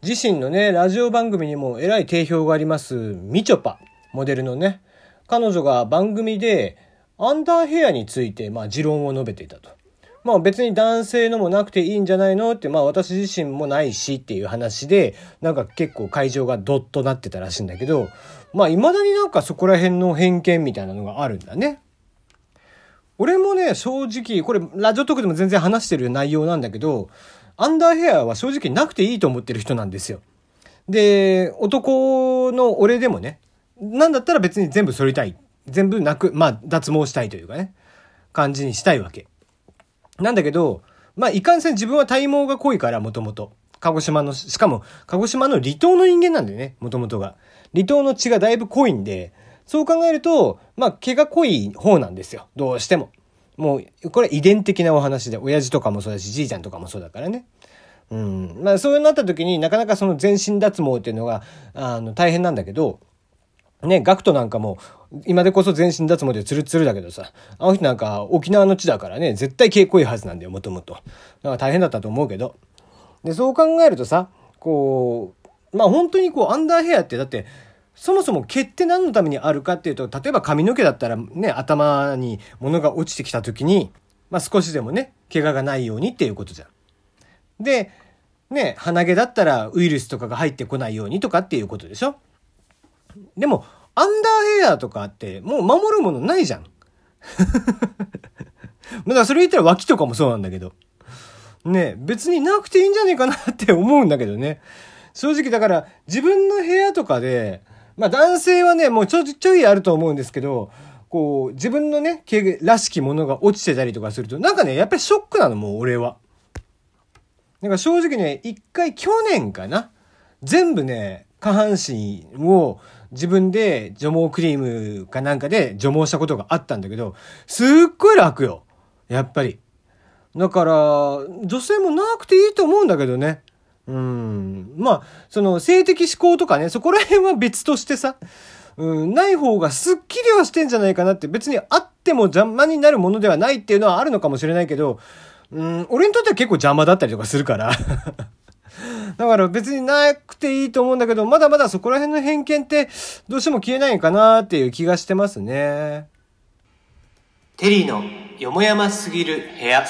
自身のねラジオ番組にもえらい定評がありますみちょぱモデルのね、彼女が番組でアンダーヘアについて持論を述べていたと。別に男性のもなくていいんじゃないのって、私自身もないしっていう話で、なんか結構会場がドッとなってたらしいんだけど、未だになんかそこら辺の偏見みたいなのがあるんだね。俺もね、正直、これラジオトークでも全然話してる内容なんだけど、アンダーヘアは正直なくていいと思ってる人なんですよ。で、男の俺でもね、なんだったら別に全部剃りたい。全部なく、脱毛したいというかね、感じにしたいわけ。なんだけど、いかんせん自分は体毛が濃いから、もともと。鹿児島の、しかも、鹿児島の離島の人間なんだよね、もともとが。離島の血がだいぶ濃いんで、そう考えると、毛が濃い方なんですよ。どうしても。もう、これ遺伝的なお話で、親父とかもそうだし、じいちゃんとかもそうだからね。そうなった時になかなかその全身脱毛っていうのが、大変なんだけど、ね、ガクトなんかも、今でこそ全身脱毛でツルツルだけどさ、あの人なんか沖縄の地だからね、絶対毛濃いはずなんだよ、もともと。だから大変だったと思うけど。で、そう考えるとさ、本当にアンダーヘアって、だって、そもそも毛って何のためにあるかっていうと、例えば髪の毛だったらね、頭に物が落ちてきた時に、少しでもね、怪我がないようにっていうことじゃん。で、ね、鼻毛だったらウイルスとかが入ってこないようにとかっていうことでしょ。でも、アンダーヘアとかってもう守るものないじゃん。だからそれ言ったら脇とかもそうなんだけど。ね、別になくていいんじゃねえかなって思うんだけどね。正直だから自分の部屋とかで、男性はね、もうちょいあると思うんですけど、自分のね、毛らしきものが落ちてたりとかすると、なんかね、やっぱりショックなの、もう俺は。なんか正直ね、一回去年かな。全部ね、下半身を自分で除毛クリームかなんかで除毛したことがあったんだけど、すっごい楽よ。やっぱり。だから、女性もなくていいと思うんだけどね。その性的指向とかね、そこら辺は別としてさ、ない方がスッキリはしてんじゃないかなって、別にあっても邪魔になるものではないっていうのはあるのかもしれないけど、俺にとっては結構邪魔だったりとかするから。だから別になくていいと思うんだけど、まだまだそこら辺の偏見ってどうしても消えないかなっていう気がしてますね。テリーのよもやますぎる部屋。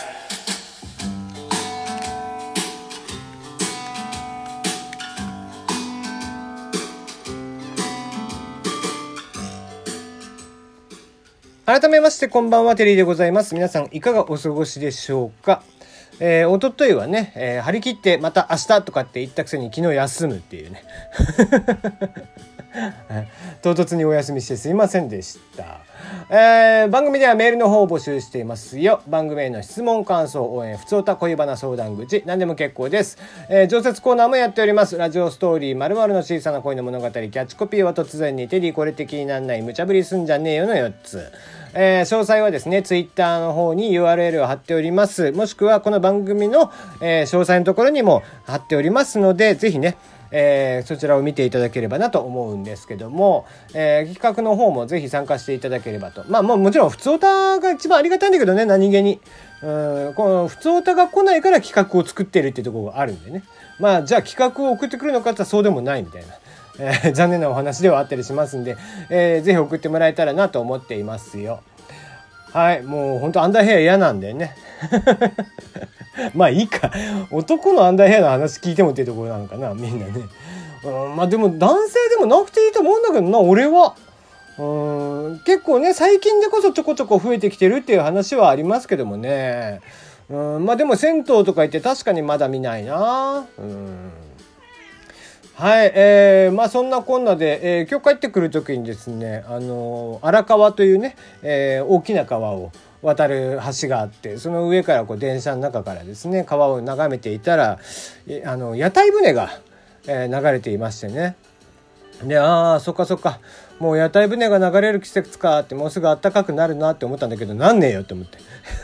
改めましてこんばんは、テリーでございます。皆さんいかがお過ごしでしょうか。一昨日はね、張り切ってまた明日とかって言ったくせに昨日休むっていうね唐突にお休みしてすいませんでした。番組ではメールの方を募集していますよ。番組への質問、感想、応援、ふつおた、恋バナ相談口、何でも結構です。常設コーナーもやっております。ラジオストーリー〇〇の小さな恋の物語、キャッチコピーは突然にテリーこれって気になんない無茶ぶりすんじゃねえよの4つ。詳細はですね、ツイッターの方に URL を貼っております。もしくはこの番組の、詳細のところにも貼っておりますので、ぜひね、そちらを見ていただければなと思うんですけども、企画の方もぜひ参加していただければと。もちろん普通オタが一番ありがたいんだけどね、何気に。この普通オタが来ないから企画を作ってるっていうところがあるんでね。じゃあ企画を送ってくるのかってそうでもないみたいな。残念なお話ではあったりしますんで、ぜひ送ってもらえたらなと思っていますよ。はい、もう本当アンダーヘア嫌なんだよね。いいか。男のアンダーヘアの話聞いてもっていうところなのかな、みんなね。でも男性でもなくていいと思うんだけどな、俺は。結構ね、最近でこそちょこちょこ増えてきてるっていう話はありますけどもね。でも銭湯とか行って確かにまだ見ないな。はい、そんなこんなで、今日帰ってくる時にですね、荒川というね、大きな川を渡る橋があって、その上から電車の中からですね、川を眺めていたら、屋台船が、流れていましてね。で、そっか、もう屋台船が流れる季節かって、もうすぐ暖かくなるなって思ったんだけど、なんねえよって思って。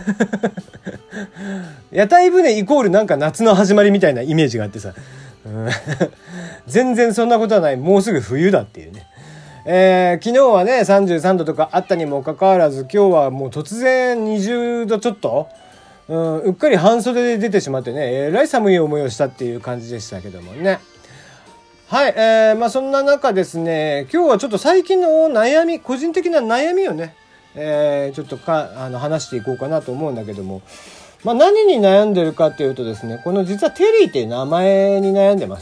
屋台船イコールなんか夏の始まりみたいなイメージがあってさ、全然そんなことはない。もうすぐ冬だっていうね。昨日はね33度とかあったにもかかわらず、今日はもう突然20度ちょっと、うっかり半袖で出てしまってね、えらい寒い思いをしたっていう感じでしたけどもね。 はい、そんな中ですね、今日はちょっと最近の悩み、個人的な悩みをね、ちょっと話していこうかなと思うんだけども、何に悩んでるかっていうとですね、この実はテリーっていう名前に悩んでます。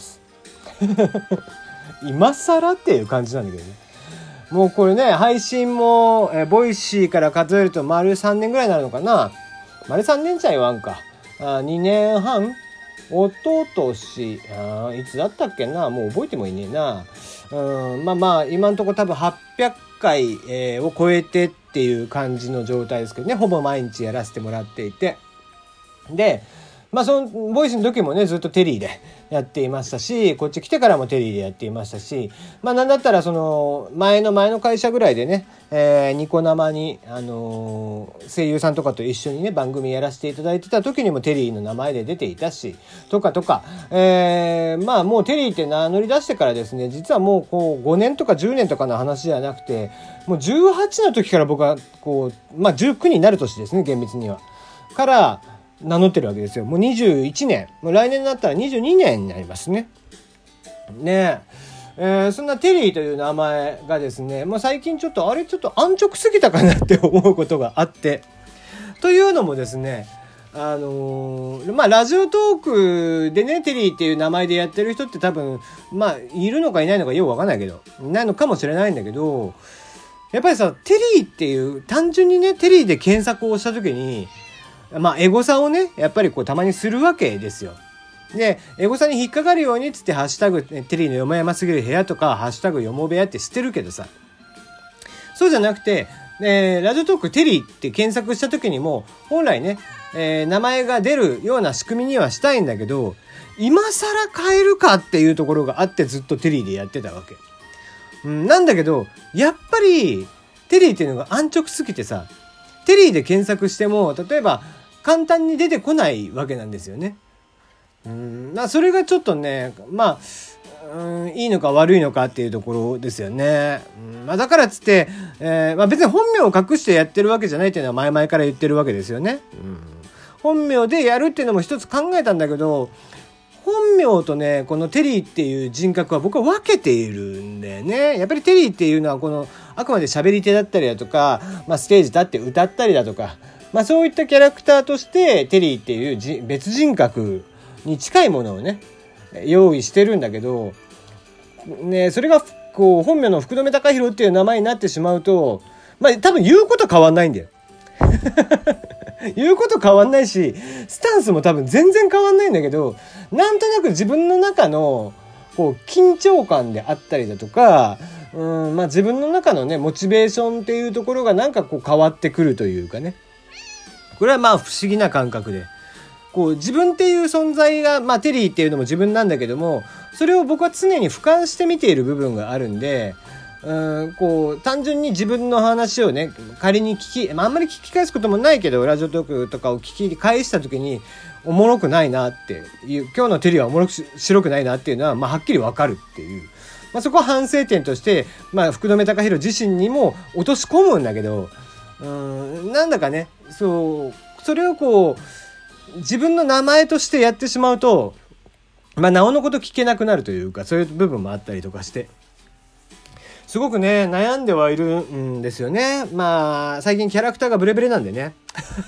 今更っていう感じなんだけどね。もうこれね、配信も、ボイシーから数えると丸3年ぐらいになるのかな。丸3年じゃ言わんか。2年半おととし、いつだったっけな、もう覚えてもいねえな。今のところ多分800回、を超えてっていう感じの状態ですけどね、ほぼ毎日やらせてもらっていて。で、そのボイスの時もねずっとテリーでやっていましたし、こっち来てからもテリーでやっていましたし、なんだったらその前の会社ぐらいでね、ニコ生に、声優さんとかと一緒にね番組やらせていただいてた時にもテリーの名前で出ていたしとか、もうテリーって名乗り出してからですね、実はもうこう5年とか10年とかの話じゃなくて、もう18の時から僕はこう19になる年ですね、厳密にはから名乗ってるわけですよ。もう21年、もう来年になったら22年になりますね。ねえ、そんなテリーという名前がですね、最近ちょっと安直すぎたかなって思うことがあって、というのもですね、ラジオトークでねテリーっていう名前でやってる人って多分いるのかいないのかよくわかんないけど、いないのかもしれないんだけど、やっぱりさ、テリーっていう単純にねテリーで検索をした時にエゴサをねやっぱりこうたまにするわけですよ。でエゴサに引っかかるようにつってハッシュタグテリーのよもやますぎる部屋とかハッシュタグよも部屋って知ってるけどさ、そうじゃなくて、ラジオトークテリーって検索した時にも本来ね、名前が出るような仕組みにはしたいんだけど、今更変えるかっていうところがあってずっとテリーでやってたわけ、なんだけどやっぱりテリーっていうのが安直すぎてさ、テリーで検索しても例えば簡単に出てこないわけなんですよね。それがちょっとねいいのか悪いのかっていうところですよね。だからっつって、別に本名を隠してやってるわけじゃないっていうのは前々から言ってるわけですよね。本名でやるっていうのも一つ考えたんだけど、本名とねこのテリーっていう人格は僕は分けているんだよね。やっぱりテリーっていうのはこのあくまで喋り手だったりだとか、ステージ立って歌ったりだとか、そういったキャラクターとしてテリーっていう別人格に近いものをね用意してるんだけどね、それがこう本名の福留孝弘っていう名前になってしまうと多分言うこと変わんないんだよ。言うこと変わんないしスタンスも多分全然変わんないんだけど、なんとなく自分の中のこう緊張感であったりだとか、自分の中のねモチベーションっていうところがなんかこう変わってくるというかね、これは不思議な感覚で、こう自分っていう存在がテリーっていうのも自分なんだけども、それを僕は常に俯瞰して見ている部分があるんで、こう単純に自分の話をね仮にあんまり聞き返すこともないけど、ラジオトークとかを聞き返した時におもろくないなっていう、今日のテリーはおもろく白くないなっていうのははっきりわかるっていう、そこは反省点として福留孝弘自身にも落とし込むんだけど、なんだかねそれをこう自分の名前としてやってしまうとなおのこと聞けなくなるというか、そういう部分もあったりとかしてすごくね悩んではいるんですよね。最近キャラクターがブレブレなんでね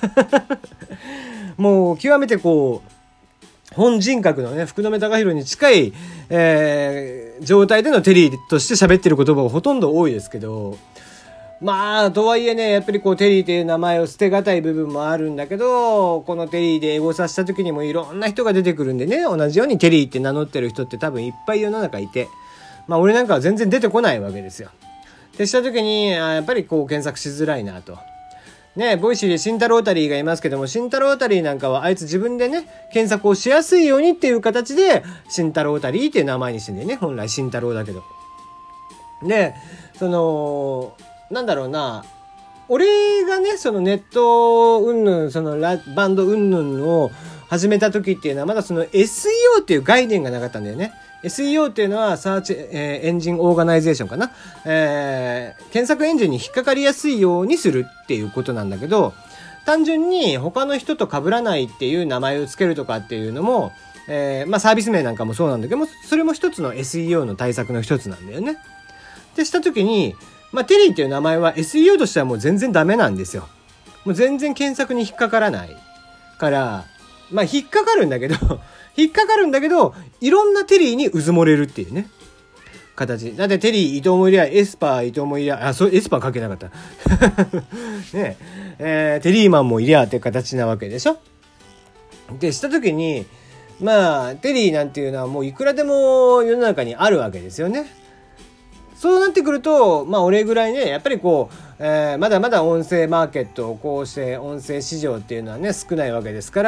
もう極めてこう本人格のね福留孝弘に近い、状態でのテリーとして喋ってる言葉がほとんど多いですけど、とはいえねやっぱりこうテリーという名前を捨てがたい部分もあるんだけど、このテリーでエゴサした時にもいろんな人が出てくるんでね、同じようにテリーって名乗ってる人って多分いっぱい世の中いて、俺なんかは全然出てこないわけですよ。でした時にやっぱりこう検索しづらいなとね、ボイシーで慎太郎タリーがいますけども、慎太郎タリーなんかはあいつ自分でね検索をしやすいようにっていう形で慎太郎タリーっていう名前にしてんだよね。本来慎太郎だけど、でなんだろうな、俺がねそのネット云々そのバンド云々を始めた時っていうのはまだその SEO っていう概念がなかったんだよね。SEO っていうのはサーチ、エンジンオーガナイゼーションかな、検索エンジンに引っかかりやすいようにするっていうことなんだけど、単純に他の人と被らないっていう名前をつけるとかっていうのもサービス名なんかもそうなんだけども、それも一つの SEO の対策の一つなんだよね。でした時に、テリーっていう名前は SEO としてはもう全然ダメなんですよ。もう全然検索に引っかからないから、引っかかるんだけどいろんなテリーにうずもれるっていうね形だって。テリー伊藤もいりゃエスパー伊藤もいりゃ、エスパー関係なかったねテリーマンもいりゃって形なわけでしょ。でした時にテリーなんていうのはもういくらでも世の中にあるわけですよね。そうなってくると俺ぐらいねやっぱりまだまだ音声マーケットをこうして音声市場っていうのはね少ないわけですから、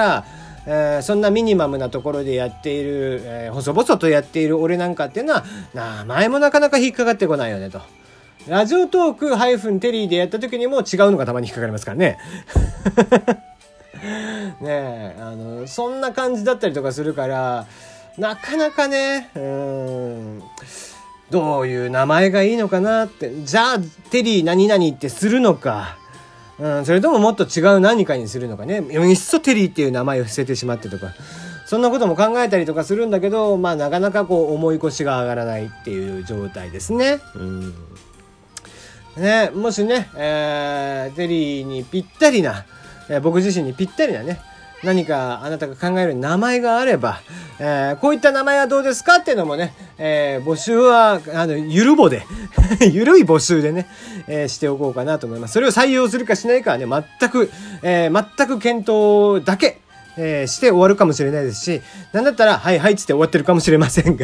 そんなミニマムなところでやっている、細々とやっている俺なんかっていうのは名前もなかなか引っかかってこないよねと。ラジオトーク-テリーでやった時にも違うのがたまに引っかかりますからねねえそんな感じだったりとかするからなかなかねどういう名前がいいのかなって。じゃあテリー何々ってするのか、それとももっと違う何かにするのかね。いっそテリーっていう名前を伏せてしまってとかそんなことも考えたりとかするんだけどなかなか重い腰が上がらないっていう状態ですね。もしね、テリーにぴったりな、僕自身にぴったりなね何かあなたが考える名前があれば、こういった名前はどうですかっていうのもね、募集はゆるぼでゆるい募集でね、しておこうかなと思います。それを採用するかしないかはね全く検討だけ、して終わるかもしれないですし、なんだったらはいはいっつって終わってるかもしれませんが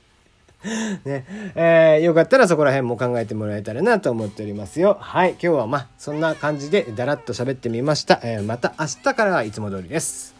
ね、よかったらそこら辺も考えてもらえたらなと思っておりますよ。はい、今日はそんな感じでだらっと喋ってみました。また明日からはいつも通りです。